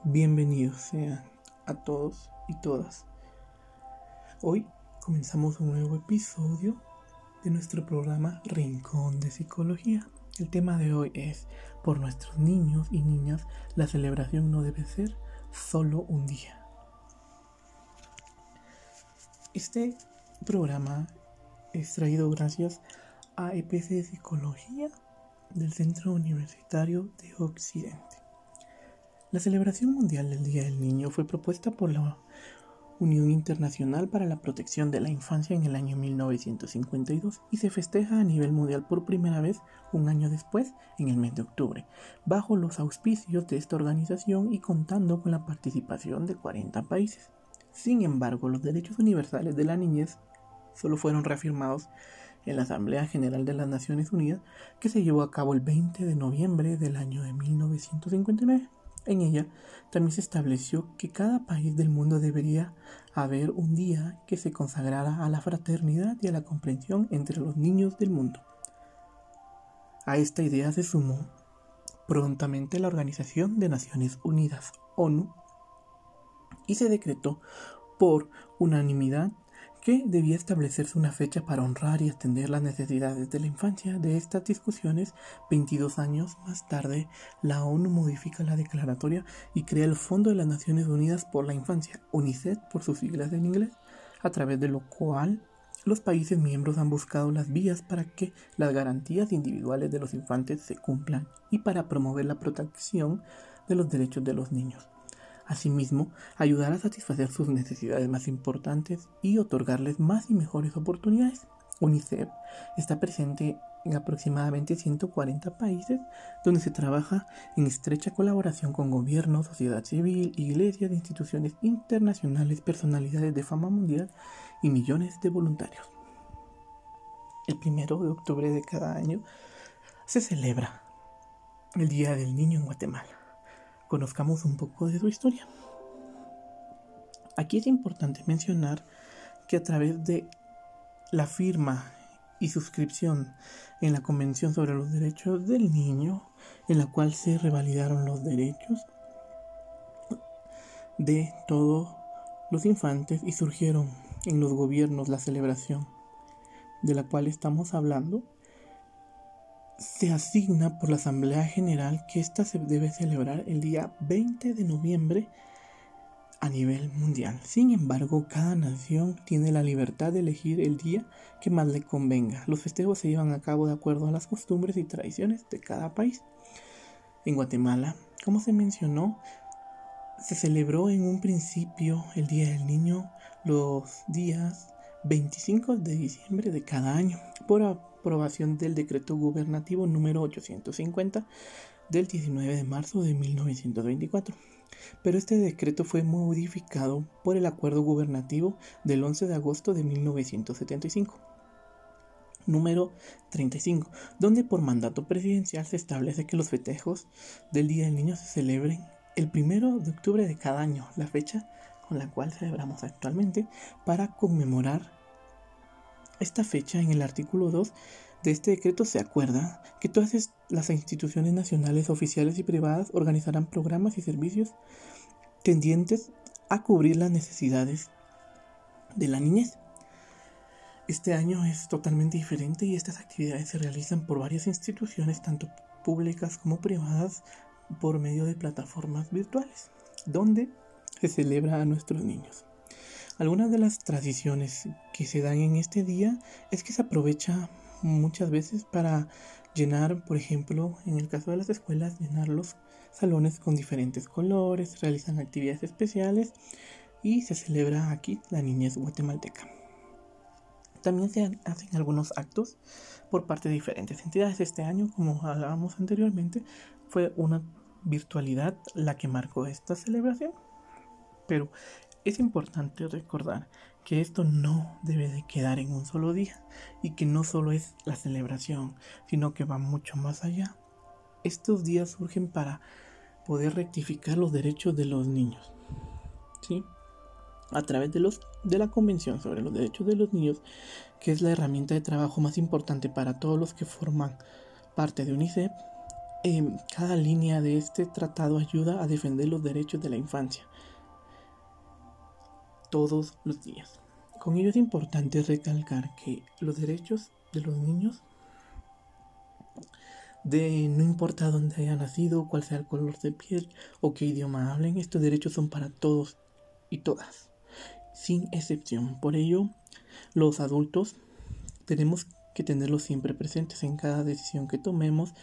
Bienvenidos sean a todos y todas. Hoy comenzamos un nuevo episodio de nuestro programa Rincón de Psicología. El tema de hoy es: por nuestros niños y niñas, la celebración no debe ser solo un día. Este programa es traído gracias a EPC de Psicología del Centro Universitario de Occidente. La celebración mundial del Día del Niño fue propuesta por la Unión Internacional para la Protección de la Infancia en el año 1952 y se festeja a nivel mundial por primera vez un año después, en el mes de octubre, bajo los auspicios de esta organización y contando con la participación de 40 países. Sin embargo, los derechos universales de la niñez solo fueron reafirmados en la Asamblea General de las Naciones Unidas, que se llevó a cabo el 20 de noviembre del año de 1959. En ella también se estableció que cada país del mundo debería haber un día que se consagrara a la fraternidad y a la comprensión entre los niños del mundo. A esta idea se sumó prontamente la Organización de Naciones Unidas, ONU, y se decretó por unanimidad que debía establecerse una fecha para honrar y atender las necesidades de la infancia. De estas discusiones, 22 años más tarde, la ONU modifica la declaratoria y crea el Fondo de las Naciones Unidas por la Infancia, UNICEF por sus siglas en inglés, a través de lo cual los países miembros han buscado las vías para que las garantías individuales de los infantes se cumplan y para promover la protección de los derechos de los niños. Asimismo, ayudar a satisfacer sus necesidades más importantes y otorgarles más y mejores oportunidades. UNICEF está presente en aproximadamente 140 países, donde se trabaja en estrecha colaboración con gobiernos, sociedad civil, iglesias, instituciones internacionales, personalidades de fama mundial y millones de voluntarios. El 1 de octubre de cada año se celebra el Día del Niño en Guatemala. Conozcamos un poco de su historia. Aquí es importante mencionar que a través de la firma y suscripción en la Convención sobre los Derechos del Niño, en la cual se revalidaron los derechos de todos los infantes y surgieron en los gobiernos la celebración de la cual estamos hablando, se asigna por la Asamblea General que ésta se debe celebrar el día 20 de noviembre a nivel mundial. Sin embargo, cada nación tiene la libertad de elegir el día que más le convenga. Los festejos se llevan a cabo de acuerdo a las costumbres y tradiciones de cada país. En Guatemala, como se mencionó, se celebró en un principio el Día del Niño los días 25 de diciembre de cada año, por aprobación del decreto gubernativo número 850 del 19 de marzo de 1924. Pero este decreto fue modificado por el acuerdo gubernativo del 11 de agosto de 1975, número 35, donde por mandato presidencial se establece que los festejos del Día del Niño se celebren el 1 de octubre de cada año, la fecha con la cual celebramos actualmente, para conmemorar esta fecha. En el artículo 2 de este decreto se acuerda que todas las instituciones nacionales, oficiales y privadas organizarán programas y servicios tendientes a cubrir las necesidades de la niñez. Este año es totalmente diferente y estas actividades se realizan por varias instituciones, tanto públicas como privadas, por medio de plataformas virtuales, donde se celebra a nuestros niños. Algunas de las tradiciones que se dan en este día es que se aprovecha muchas veces para llenar, por ejemplo, en el caso de las escuelas, llenar los salones con diferentes colores, realizan actividades especiales y se celebra aquí la niñez guatemalteca. También se hacen algunos actos por parte de diferentes entidades. Este año, como hablábamos anteriormente, fue una virtualidad la que marcó esta celebración. Pero es importante recordar que esto no debe de quedar en un solo día y que no solo es la celebración, sino que va mucho más allá. Estos días surgen para poder rectificar los derechos de los niños, ¿sí? A través de la Convención sobre los Derechos de los Niños, que es la herramienta de trabajo más importante para todos los que forman parte de UNICEF, Cada línea de este tratado ayuda a defender los derechos de la infancia todos los días. Con ello es importante recalcar que los derechos de los niños, no importa dónde haya nacido, cuál sea el color de piel o qué idioma hablen, estos derechos son para todos y todas, sin excepción. Por ello, los adultos tenemos que tenerlos siempre presentes en cada decisión que tomemos,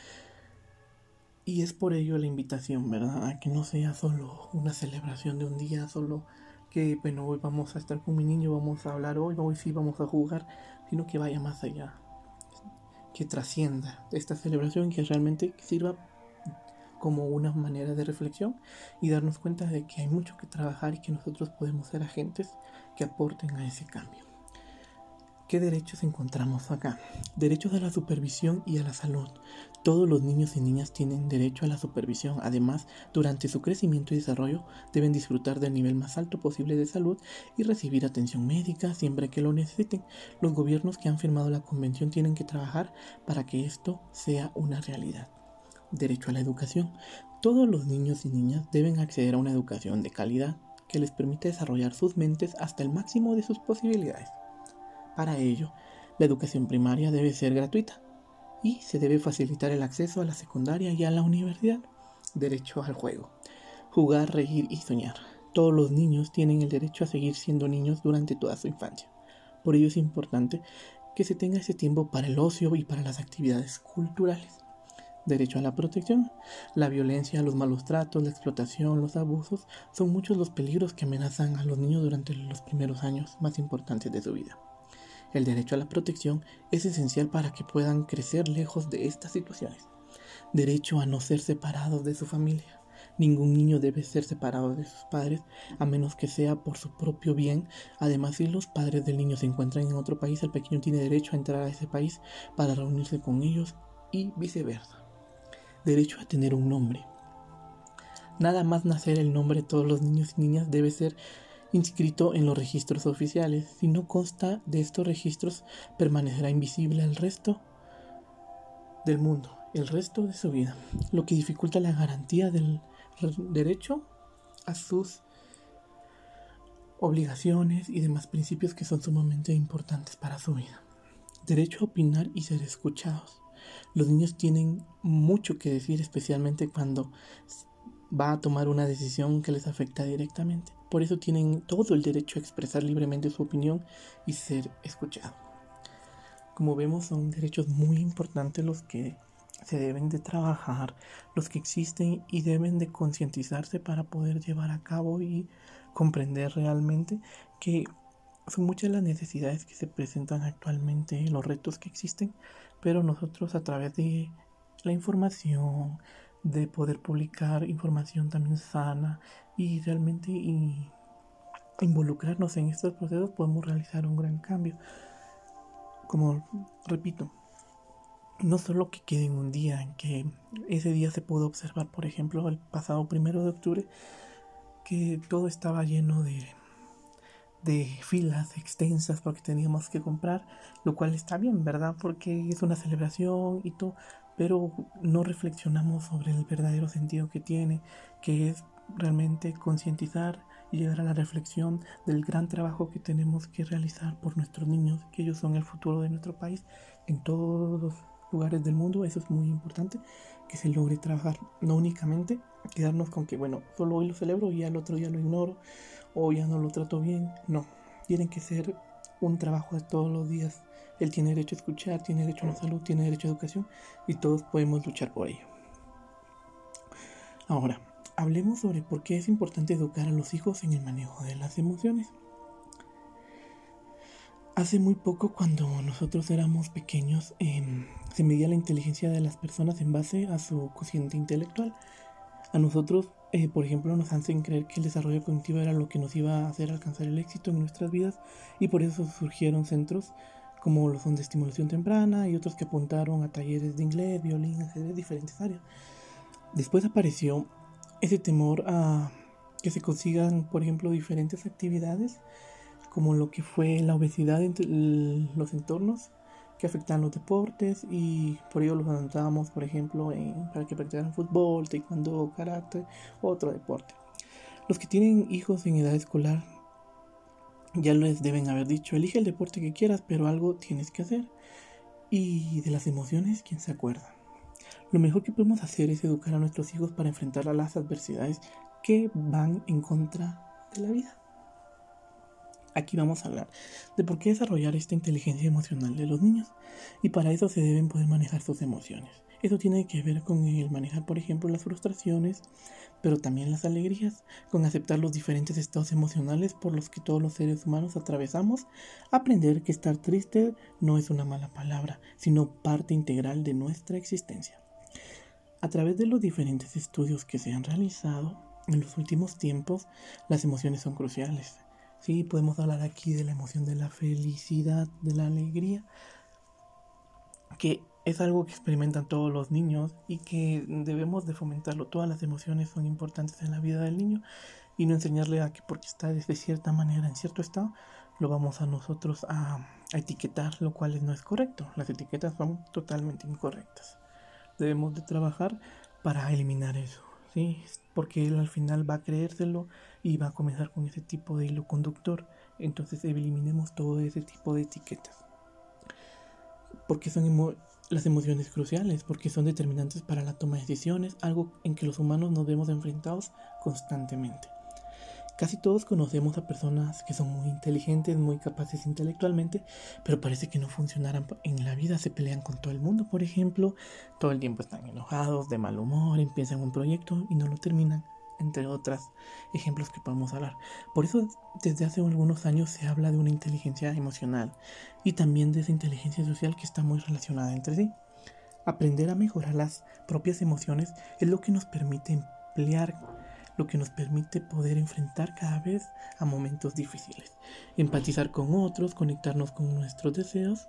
y es por ello la invitación, ¿verdad? A que no sea solo una celebración de un día, solo que, bueno, hoy vamos a estar con mi niño, vamos a hablar hoy sí vamos a jugar, sino que vaya más allá, que trascienda esta celebración, que realmente sirva como una manera de reflexión y darnos cuenta de que hay mucho que trabajar y que nosotros podemos ser agentes que aporten a ese cambio. ¿Qué derechos encontramos acá? Derechos a la supervisión y a la salud. Todos los niños y niñas tienen derecho a la supervisión. Además, durante su crecimiento y desarrollo, deben disfrutar del nivel más alto posible de salud y recibir atención médica siempre que lo necesiten. Los gobiernos que han firmado la convención tienen que trabajar para que esto sea una realidad. Derecho a la educación. Todos los niños y niñas deben acceder a una educación de calidad que les permita desarrollar sus mentes hasta el máximo de sus posibilidades. Para ello, la educación primaria debe ser gratuita y se debe facilitar el acceso a la secundaria y a la universidad. Derecho al juego. Jugar, reír y soñar. Todos los niños tienen el derecho a seguir siendo niños durante toda su infancia. Por ello es importante que se tenga ese tiempo para el ocio y para las actividades culturales. Derecho a la protección. La violencia, los malos tratos, la explotación, los abusos son muchos los peligros que amenazan a los niños durante los primeros años más importantes de su vida. El derecho a la protección es esencial para que puedan crecer lejos de estas situaciones. Derecho a no ser separados de su familia. Ningún niño debe ser separado de sus padres a menos que sea por su propio bien. Además, si los padres del niño se encuentran en otro país, el pequeño tiene derecho a entrar a ese país para reunirse con ellos y viceversa. Derecho a tener un nombre. Nada más nacer el nombre de todos los niños y niñas debe ser inscrito en los registros oficiales. Si no consta de estos registros, permanecerá invisible al resto del mundo, el resto de su vida, lo que dificulta la garantía del derecho a sus obligaciones y demás principios que son sumamente importantes para su vida. Derecho a opinar y ser escuchados. Los niños tienen mucho que decir, especialmente cuando va a tomar una decisión que les afecta directamente. Por eso tienen todo el derecho a expresar libremente su opinión y ser escuchado. Como vemos, son derechos muy importantes los que se deben de trabajar, los que existen y deben de concientizarse para poder llevar a cabo y comprender realmente que son muchas las necesidades que se presentan actualmente, los retos que existen, pero nosotros a través de la información, de poder publicar información también sana y realmente involucrarnos en estos procesos, podemos realizar un gran cambio. Como repito, no solo que quede en un día, en que ese día se pudo observar, por ejemplo, el pasado 1 de octubre, que todo estaba lleno de filas extensas porque teníamos que comprar, lo cual está bien, ¿verdad? Porque es una celebración y todo, pero no reflexionamos sobre el verdadero sentido que tiene, que es realmente concientizar y llegar a la reflexión del gran trabajo que tenemos que realizar por nuestros niños, que ellos son el futuro de nuestro país en todos los lugares del mundo. Eso es muy importante, que se logre trabajar, no únicamente quedarnos con que, bueno, solo hoy lo celebro y al otro día lo ignoro o ya no lo trato bien. No, tiene que ser un trabajo de todos los días. Él tiene derecho a escuchar, tiene derecho a la salud, tiene derecho a educación y todos podemos luchar por ello. Ahora, hablemos sobre por qué es importante educar a los hijos en el manejo de las emociones. Hace muy poco, cuando nosotros éramos pequeños, se medía la inteligencia de las personas en base a su cociente intelectual. A nosotros, por ejemplo, nos hacen creer que el desarrollo cognitivo era lo que nos iba a hacer alcanzar el éxito en nuestras vidas, y por eso surgieron centros como los de estimulación temprana y otros que apuntaron a talleres de inglés, violín, ajedrez, diferentes áreas. Después apareció ese temor a que se consigan, por ejemplo, diferentes actividades como lo que fue la obesidad entre los entornos que afectan los deportes y por ello los anotábamos, por ejemplo, para que practicaran fútbol, taekwondo, karate, otro deporte. Los que tienen hijos en edad escolar ya les deben haber dicho, elige el deporte que quieras, pero algo tienes que hacer. Y de las emociones, ¿quién se acuerda? Lo mejor que podemos hacer es educar a nuestros hijos para enfrentar a las adversidades que van en contra de la vida. Aquí vamos a hablar de por qué desarrollar esta inteligencia emocional de los niños. Y para eso se deben poder manejar sus emociones. Eso tiene que ver con el manejar, por ejemplo, las frustraciones, pero también las alegrías, con aceptar los diferentes estados emocionales por los que todos los seres humanos atravesamos, aprender que estar triste no es una mala palabra, sino parte integral de nuestra existencia. A través de los diferentes estudios que se han realizado en los últimos tiempos, las emociones son cruciales. Sí, podemos hablar aquí de la emoción de la felicidad, de la alegría, que es algo que experimentan todos los niños y que debemos de fomentarlo. Todas las emociones son importantes en la vida del niño y no enseñarle a que porque está de cierta manera en cierto estado, lo vamos a nosotros a etiquetar, lo cual no es correcto. Las etiquetas son totalmente incorrectas. Debemos de trabajar para eliminar eso, ¿sí? Porque él al final va a creérselo y va a comenzar con ese tipo de hilo conductor. Entonces eliminemos todo ese tipo de etiquetas. Porque son las emociones cruciales, porque son determinantes para la toma de decisiones, algo en que los humanos nos vemos enfrentados constantemente. Casi todos conocemos a personas que son muy inteligentes, muy capaces intelectualmente, pero parece que no funcionaran en la vida, se pelean con todo el mundo, por ejemplo, todo el tiempo están enojados, de mal humor, empiezan un proyecto y no lo terminan, entre otros ejemplos que podemos hablar. Por eso desde hace algunos años se habla de una inteligencia emocional y también de esa inteligencia social que está muy relacionada entre sí. Aprender a mejorar las propias emociones es lo que nos permite lo que nos permite poder enfrentar cada vez a momentos difíciles, empatizar con otros, conectarnos con nuestros deseos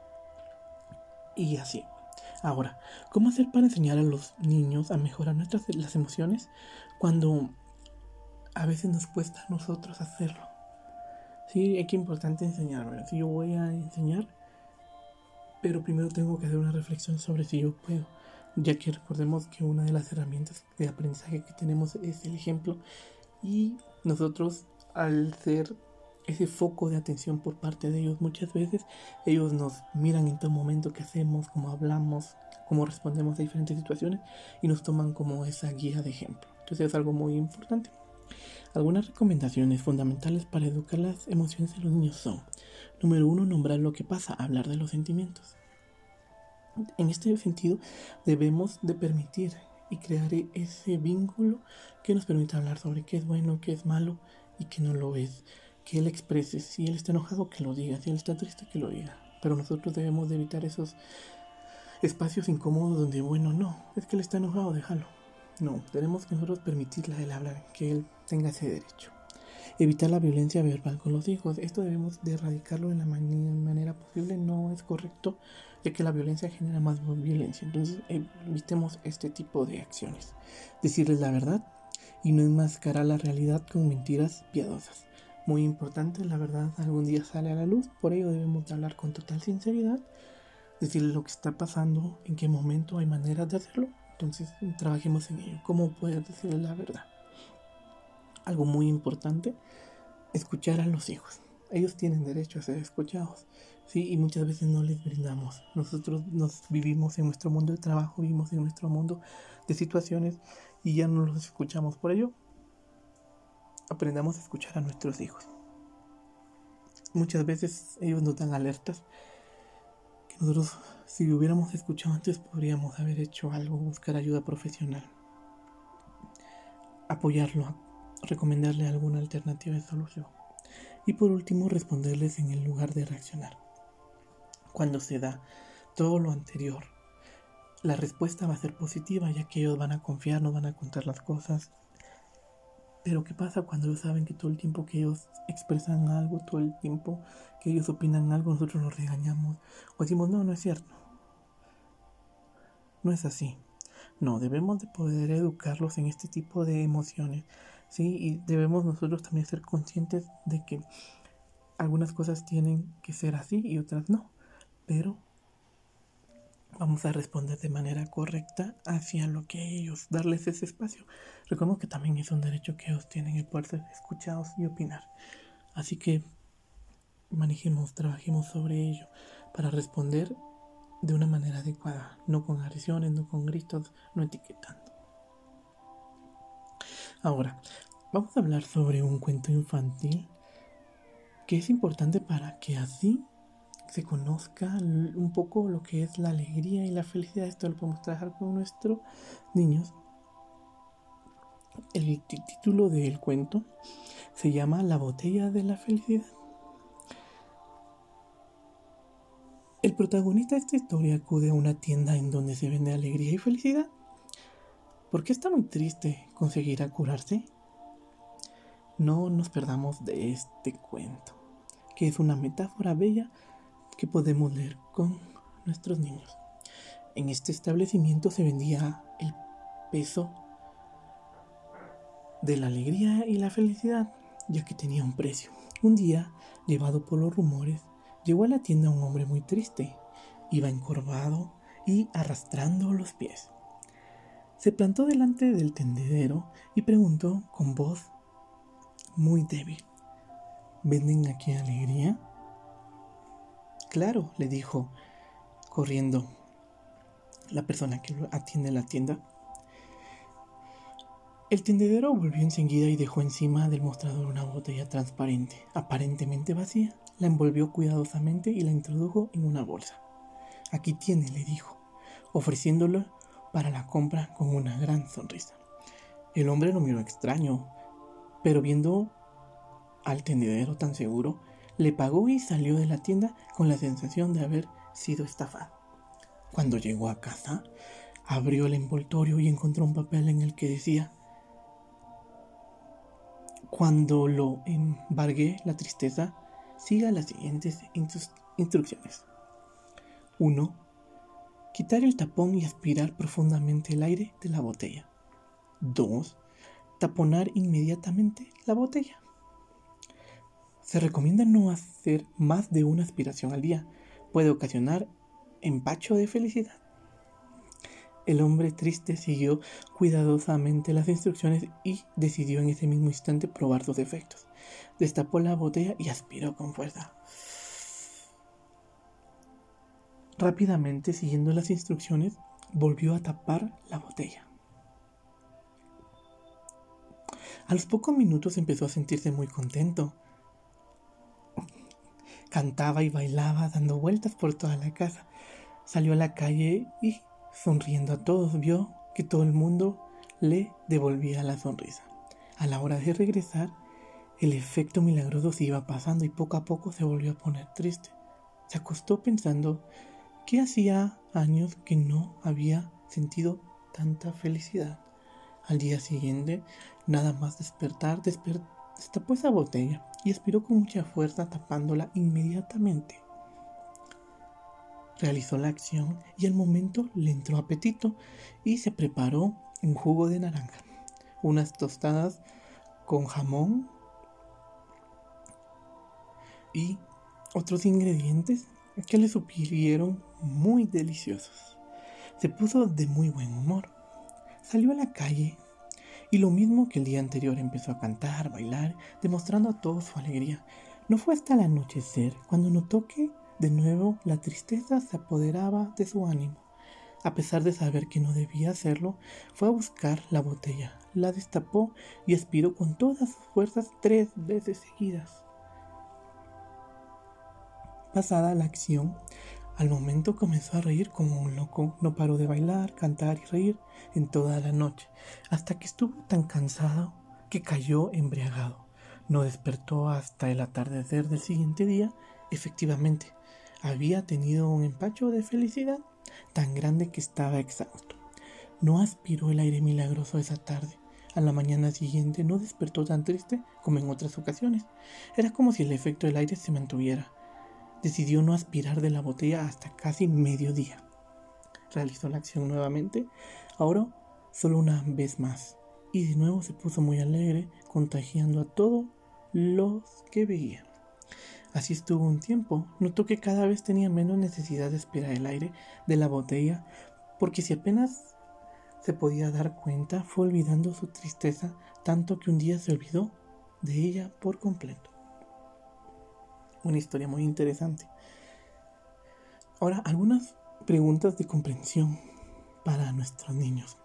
y así. Ahora, ¿cómo hacer para enseñar a los niños a mejorar las emociones cuando a veces nos cuesta a nosotros hacerlo? Sí, es que importante enseñar. Si yo voy a enseñar, pero primero tengo que hacer una reflexión sobre si yo puedo, ya que recordemos que una de las herramientas de aprendizaje que tenemos es el ejemplo y nosotros al ser ese foco de atención por parte de ellos, muchas veces ellos nos miran en todo momento qué hacemos, cómo hablamos, cómo respondemos a diferentes situaciones y nos toman como esa guía de ejemplo. Entonces es algo muy importante. Algunas recomendaciones fundamentales para educar las emociones en los niños son: número 1, nombrar lo que pasa, hablar de los sentimientos. En este sentido, debemos de permitir y crear ese vínculo que nos permita hablar sobre qué es bueno, qué es malo y qué no lo es. Que él exprese, si él está enojado, que lo diga, si él está triste, que lo diga. Pero nosotros debemos de evitar esos espacios incómodos donde, bueno, no, es que él está enojado, déjalo. No, tenemos que nosotros permitirle a él hablar, que él tenga ese derecho. Evitar la violencia verbal con los hijos. Esto debemos de erradicarlo de la manera posible. No es correcto, ya que la violencia genera más violencia. Entonces evitemos este tipo de acciones. Decirles la verdad y no enmascarar la realidad con mentiras piadosas. Muy importante, la verdad algún día sale a la luz. Por ello debemos de hablar con total sinceridad, decirles lo que está pasando, en qué momento, hay maneras de hacerlo. Entonces trabajemos en ello. ¿Cómo puedes decirles la verdad? Algo muy importante: escuchar a los hijos. Ellos tienen derecho a ser escuchados, ¿sí? Y muchas veces no les brindamos. Nosotros nos vivimos en nuestro mundo de trabajo, vivimos en nuestro mundo de situaciones y ya no los escuchamos. Por ello, aprendamos a escuchar a nuestros hijos. Muchas veces ellos nos dan alertas que nosotros, si hubiéramos escuchado antes, podríamos haber hecho algo, buscar ayuda profesional, apoyarlo, recomendarle alguna alternativa de solución. Y por último, responderles en el lugar de reaccionar. Cuando se da todo lo anterior, la respuesta va a ser positiva, ya que ellos van a confiar, nos van a contar las cosas. Pero ¿qué pasa cuando ellos saben que todo el tiempo que ellos expresan algo, todo el tiempo que ellos opinan algo, nosotros los regañamos o decimos, no es cierto, no es así? No, debemos de poder educarlos en este tipo de emociones, ¿sí? Y debemos nosotros también ser conscientes de que algunas cosas tienen que ser así y otras no. Pero vamos a responder de manera correcta hacia lo que ellos, darles ese espacio. Recuerdo que también es un derecho que ellos tienen, el poder ser escuchados y opinar. Así que trabajemos sobre ello para responder de una manera adecuada, no con agresiones, no con gritos, no etiquetando. Ahora, vamos a hablar sobre un cuento infantil que es importante para que así se conozca un poco lo que es la alegría y la felicidad. Esto lo podemos trabajar con nuestros niños. El título del cuento se llama La botella de la felicidad. El protagonista de esta historia acude a una tienda en donde se vende alegría y felicidad. ¿Por qué está muy triste? ¿Conseguirá curarse? No nos perdamos de este cuento, que es una metáfora bella que podemos leer con nuestros niños. En este establecimiento se vendía el peso de la alegría y la felicidad, ya que tenía un precio. Un día, llevado por los rumores, llegó a la tienda un hombre muy triste. Iba encorvado y arrastrando los pies. Se plantó delante del tendedero y preguntó con voz muy débil: ¿venden aquí alegría? Claro, le dijo, corriendo la persona que atiende la tienda. El tendedero volvió enseguida y dejó encima del mostrador una botella transparente, aparentemente vacía. La envolvió cuidadosamente y la introdujo en una bolsa. Aquí tiene, le dijo, ofreciéndolo para la compra con una gran sonrisa. El hombre lo miró extraño, pero viendo al tendedero tan seguro, le pagó y salió de la tienda con la sensación de haber sido estafado. Cuando llegó a casa, abrió el envoltorio y encontró un papel en el que decía: cuando lo embargue la tristeza, siga las siguientes instrucciones. 1. Quitar el tapón y aspirar profundamente el aire de la botella. 2. Taponar inmediatamente la botella. Se recomienda no hacer más de una aspiración al día. Puede ocasionar empacho de felicidad. El hombre triste siguió cuidadosamente las instrucciones y decidió en ese mismo instante probar sus efectos. Destapó la botella y aspiró con fuerza. Rápidamente, siguiendo las instrucciones, volvió a tapar la botella. A los pocos minutos empezó a sentirse muy contento. Cantaba y bailaba, dando vueltas por toda la casa. Salió a la calle y, sonriendo a todos, vio que todo el mundo le devolvía la sonrisa. A la hora de regresar, el efecto milagroso se iba pasando y poco a poco se volvió a poner triste. Se acostó pensando que hacía años que no había sentido tanta felicidad. Al día siguiente, nada más despertar, destapó esa botella y aspiró con mucha fuerza, tapándola inmediatamente. Realizó la acción y al momento le entró apetito y se preparó un jugo de naranja, unas tostadas con jamón y otros ingredientes que le supieron muy deliciosos. Se puso de muy buen humor. Salió a la calle y lo mismo que el día anterior empezó a cantar, bailar, demostrando a todos su alegría. No fue hasta el anochecer cuando notó que de nuevo la tristeza se apoderaba de su ánimo. A pesar de saber que no debía hacerlo, fue a buscar la botella, la destapó y aspiró con todas sus fuerzas 3 veces seguidas. Pasada la acción, al momento comenzó a reír como un loco. No paró de bailar, cantar y reír en toda la noche, hasta que estuvo tan cansado que cayó embriagado. No despertó hasta el atardecer del siguiente día. Efectivamente, había tenido un empacho de felicidad tan grande que estaba exhausto. No aspiró el aire milagroso esa tarde. A la mañana siguiente no despertó tan triste como en otras ocasiones. Era como si el efecto del aire se mantuviera. Decidió no aspirar de la botella hasta casi mediodía. Realizó la acción nuevamente, ahora solo una vez más, y de nuevo se puso muy alegre, contagiando a todos los que veía. Así estuvo un tiempo. Notó que cada vez tenía menos necesidad de aspirar el aire de la botella, porque si apenas se podía dar cuenta, fue olvidando su tristeza, tanto que un día se olvidó de ella por completo. Una historia muy interesante. Ahora, algunas preguntas de comprensión para nuestros niños.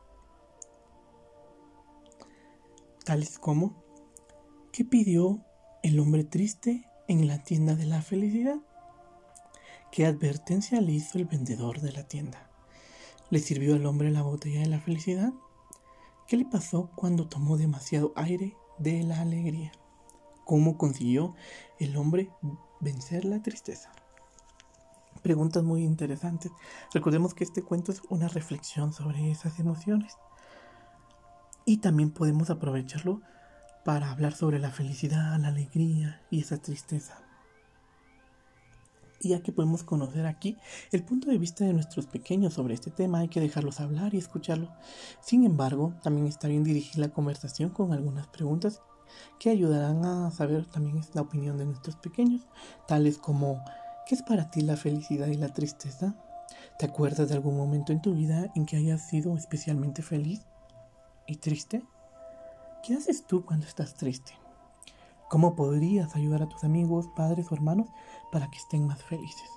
Tales como, ¿qué pidió el hombre triste en la tienda de la felicidad? ¿Qué advertencia le hizo el vendedor de la tienda? ¿Le sirvió al hombre la botella de la felicidad? ¿Qué le pasó cuando tomó demasiado aire de la alegría? ¿Cómo consiguió el hombre vencer la tristeza? Preguntas muy interesantes. Recordemos que este cuento es una reflexión sobre esas emociones. Y también podemos aprovecharlo para hablar sobre la felicidad, la alegría y esa tristeza. Y ya que podemos conocer aquí el punto de vista de nuestros pequeños sobre este tema, hay que dejarlos hablar y escucharlo. Sin embargo, también está bien dirigir la conversación con algunas preguntas que ayudarán a saber también la opinión de nuestros pequeños, tales como: ¿qué es para ti la felicidad y la tristeza? ¿Te acuerdas de algún momento en tu vida en que hayas sido especialmente feliz y triste? ¿Qué haces tú cuando estás triste? ¿Cómo podrías ayudar a tus amigos, padres o hermanos para que estén más felices?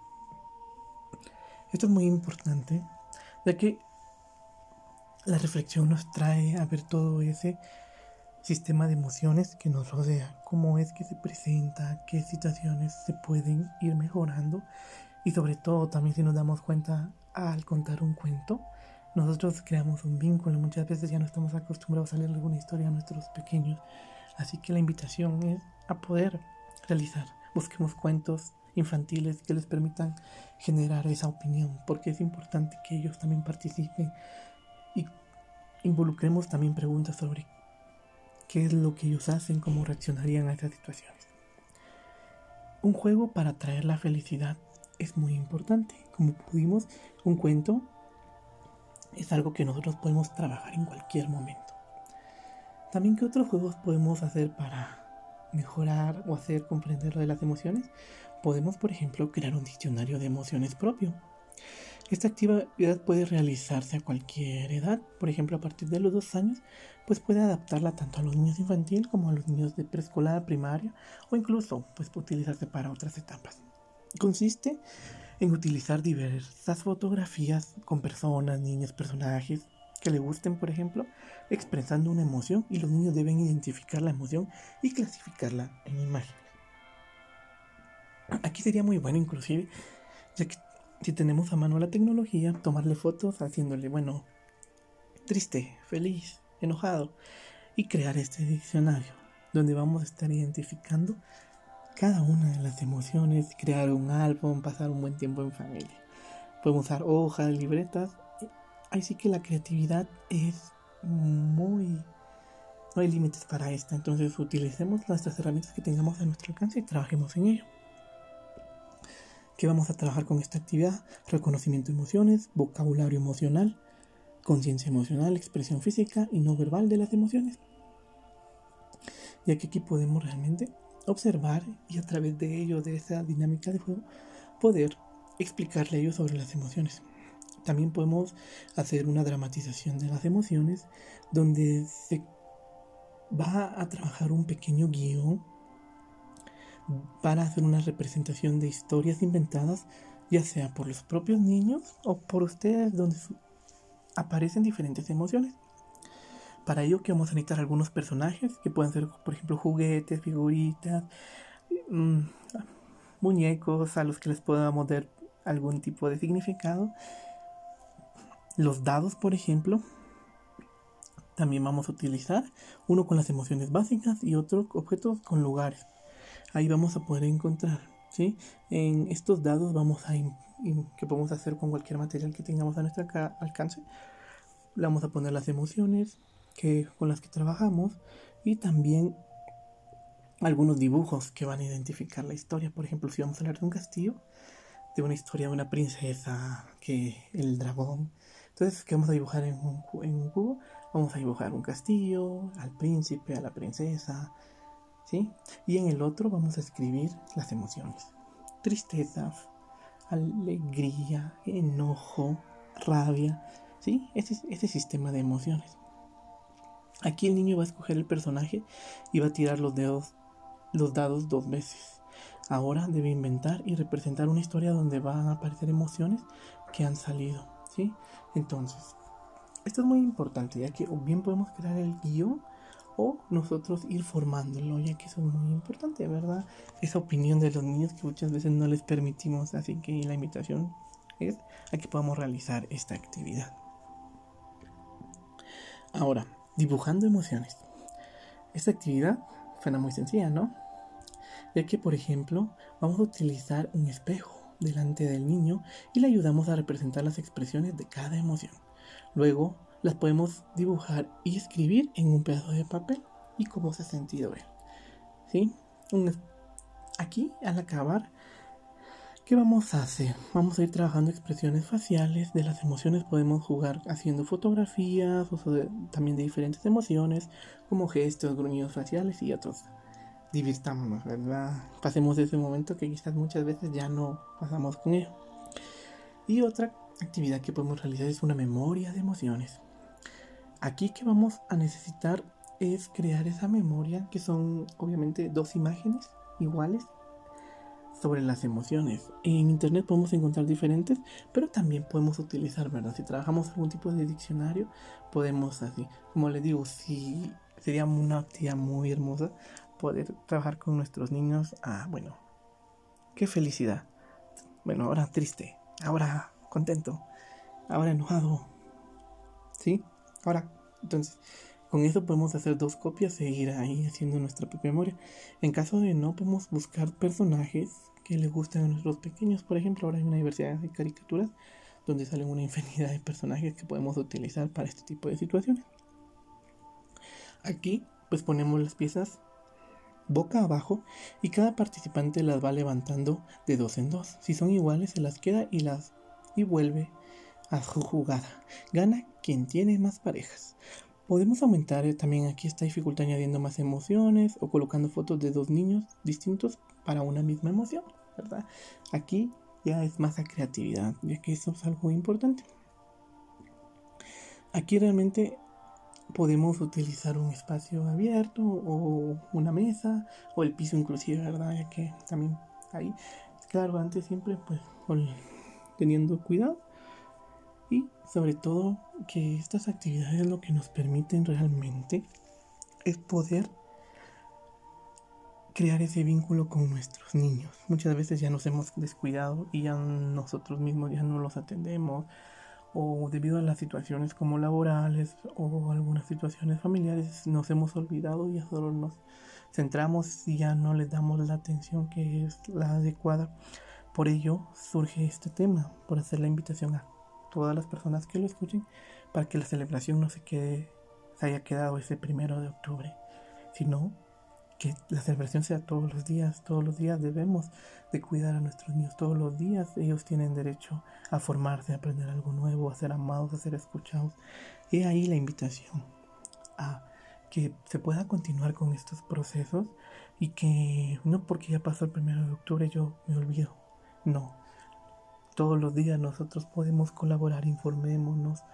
Esto es muy importante, ya que la reflexión nos trae a ver todo ese sistema de emociones que nos rodea, cómo es que se presenta, qué situaciones se pueden ir mejorando, y sobre todo también, si nos damos cuenta al contar un cuento, nosotros creamos un vínculo. Muchas veces ya no estamos acostumbrados a leer alguna historia a nuestros pequeños, así que la invitación es a poder realizar. Busquemos cuentos infantiles que les permitan generar esa opinión, porque es importante que ellos también participen y involucremos también preguntas sobre qué es lo que ellos hacen, cómo reaccionarían a esas situaciones. Un juego para traer la felicidad es muy importante. Como pudimos, un cuento es algo que nosotros podemos trabajar en cualquier momento. También, ¿qué otros juegos podemos hacer para mejorar o hacer comprender de las emociones? Podemos, por ejemplo, crear un diccionario de emociones propio. Esta actividad puede realizarse a cualquier edad. Por ejemplo, a partir de los 2 años, pues puede adaptarla tanto a los niños infantil como a los niños de preescolar, primaria, o incluso pues puede utilizarse para otras etapas. Consiste en utilizar diversas fotografías con personas, niños, personajes que le gusten, por ejemplo, expresando una emoción, y los niños deben identificar la emoción y clasificarla en imágenes. Aquí sería muy bueno, inclusive, ya que si tenemos a mano la tecnología, tomarle fotos haciéndole, triste, feliz, enojado, y crear este diccionario donde vamos a estar identificando cada una de las emociones, crear un álbum, pasar un buen tiempo en familia. Podemos usar hojas, libretas. Así que la creatividad es muy... No hay límites para esta. Entonces utilicemos nuestras herramientas que tengamos a nuestro alcance y trabajemos en ello. ¿Qué vamos a trabajar con esta actividad? Reconocimiento de emociones, vocabulario emocional, conciencia emocional, expresión física y no verbal de las emociones. Ya que aquí podemos realmente observar y a través de ello, de esa dinámica de juego, poder explicarle a ellos sobre las emociones. También podemos hacer una dramatización de las emociones, donde se va a trabajar un pequeño guión para hacer una representación de historias inventadas, ya sea por los propios niños o por ustedes, donde aparecen diferentes emociones. Para ello, que vamos a necesitar algunos personajes que pueden ser, por ejemplo, juguetes, figuritas, muñecos a los que les podamos dar algún tipo de significado. Los dados, por ejemplo, también vamos a utilizar uno con las emociones básicas y otro objetos con lugares. Ahí vamos a poder encontrar, ¿sí? En estos dados vamos a que podemos hacer con cualquier material que tengamos a nuestro alcance. Le vamos a poner las emociones con las que trabajamos, y también algunos dibujos que van a identificar la historia. Por ejemplo, si vamos a hablar de un castillo, de una historia de una princesa, que el dragón. Entonces, ¿qué vamos a dibujar en un cubo? Vamos a dibujar un castillo, al príncipe, a la princesa, ¿sí? Y en el otro vamos a escribir las emociones. Tristeza, alegría, enojo, rabia, ¿sí? Ese sistema de emociones. Aquí el niño va a escoger el personaje y va a tirar los dados 2 veces. Ahora debe inventar y representar una historia donde van a aparecer emociones que han salido, ¿sí? Entonces, esto es muy importante, ya que bien podemos crear el guión o nosotros ir formándolo, ya que eso es muy importante, ¿verdad? Esa opinión de los niños que muchas veces no les permitimos, así que la invitación es a que podamos realizar esta actividad. Ahora, dibujando emociones. Esta actividad suena muy sencilla, ¿no? Ya que, por ejemplo, vamos a utilizar un espejo delante del niño y le ayudamos a representar las expresiones de cada emoción. Luego las podemos dibujar y escribir en un pedazo de papel y cómo se ha sentido él, ¿sí? Aquí, al acabar, ¿qué vamos a hacer? Vamos a ir trabajando expresiones faciales de las emociones. Podemos jugar haciendo fotografías, también de diferentes emociones, como gestos, gruñidos faciales y otros. Divirtámonos, ¿verdad? Pasemos ese momento que quizás muchas veces ya no pasamos con ello. Y otra actividad que podemos realizar es una memoria de emociones. Aquí que vamos a necesitar es crear esa memoria, que son obviamente 2 imágenes iguales sobre las emociones. En internet podemos encontrar diferentes, pero también podemos utilizar, ¿verdad? Si trabajamos algún tipo de diccionario, podemos así. Como les digo, sí, sería una actividad muy hermosa poder trabajar con nuestros niños. Bueno, qué felicidad. Bueno, ahora triste, ahora contento, ahora enojado, ¿sí? Ahora, entonces, con eso podemos hacer 2 copias e ir ahí haciendo nuestra propia memoria. En caso de no, podemos buscar personajes que les gusten a nuestros pequeños. Por ejemplo, ahora hay una diversidad de caricaturas donde salen una infinidad de personajes que podemos utilizar para este tipo de situaciones. Aquí, pues ponemos las piezas boca abajo y cada participante las va levantando de 2 en 2. Si son iguales, se las queda y vuelve a su jugada. Gana quien tiene más parejas. Podemos aumentar también aquí esta dificultad añadiendo más emociones o colocando fotos de 2 niños distintos para una misma emoción, ¿verdad? Aquí ya es más la creatividad, ya que eso es algo importante. Aquí realmente podemos utilizar un espacio abierto o una mesa o el piso inclusive, ¿verdad? Ya que también ahí, claro, antes siempre pues teniendo cuidado y sobre todo que estas actividades lo que nos permiten realmente es poder crear ese vínculo con nuestros niños. Muchas veces ya nos hemos descuidado y ya nosotros mismos ya no los atendemos, o debido a las situaciones como laborales o algunas situaciones familiares nos hemos olvidado y ya solo nos centramos y ya no les damos la atención que es la adecuada. Por ello surge este tema, por hacer la invitación a todas las personas que lo escuchen para que la celebración no se haya quedado ese 1 de octubre, sino que la celebración sea todos los días debemos de cuidar a nuestros niños, todos los días ellos tienen derecho a formarse, a aprender algo nuevo, a ser amados, a ser escuchados. Y ahí la invitación a que se pueda continuar con estos procesos y que no porque ya pasó el 1 de octubre yo me olvido, no, todos los días nosotros podemos colaborar, informémonos,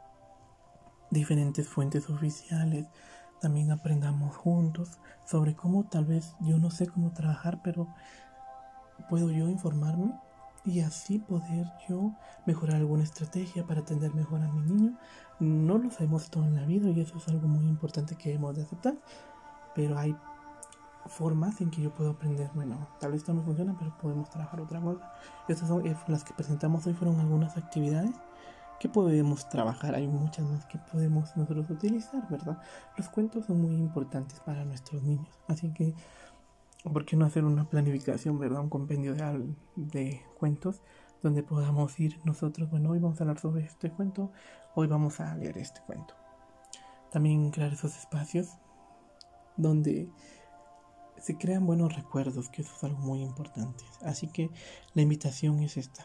diferentes fuentes oficiales, también aprendamos juntos sobre cómo tal vez yo no sé cómo trabajar, pero puedo yo informarme y así poder yo mejorar alguna estrategia para atender mejor a mi niño. No lo sabemos todo en la vida y eso es algo muy importante que debemos de aceptar, pero hay formas en que yo puedo aprender. Bueno, tal vez esto no funciona, pero podemos trabajar otra cosa. Estas son las que presentamos hoy, fueron algunas actividades que podemos trabajar. Hay muchas más que podemos nosotros utilizar, ¿verdad? Los cuentos son muy importantes para nuestros niños, así que ¿por qué no hacer una planificación, verdad? Un compendio de cuentos donde podamos ir nosotros, bueno, hoy vamos a hablar sobre este cuento, hoy vamos a leer este cuento. También crear esos espacios donde se crean buenos recuerdos, que eso es algo muy importante. Así que la invitación es esta.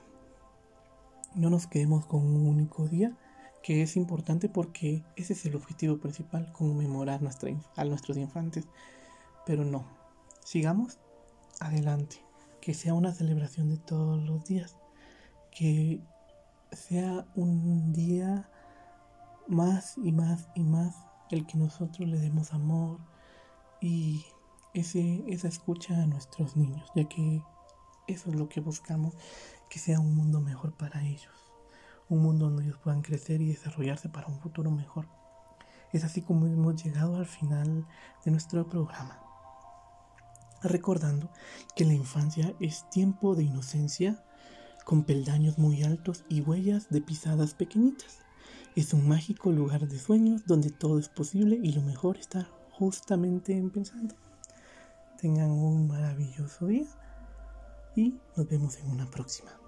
No nos quedemos con un único día, que es importante porque ese es el objetivo principal, conmemorar a nuestros infantes. Pero no, sigamos adelante, que sea una celebración de todos los días, que sea un día más y más y más el que nosotros le demos amor y esa escucha a nuestros niños, ya que eso es lo que buscamos, que sea un mundo mejor para ellos, un mundo donde ellos puedan crecer y desarrollarse para un futuro mejor. Es así como hemos llegado al final de nuestro programa, recordando que la infancia es tiempo de inocencia con peldaños muy altos y huellas de pisadas pequeñitas. Es un mágico lugar de sueños donde todo es posible y lo mejor está justamente empezando. Tengan un maravilloso día y nos vemos en una próxima.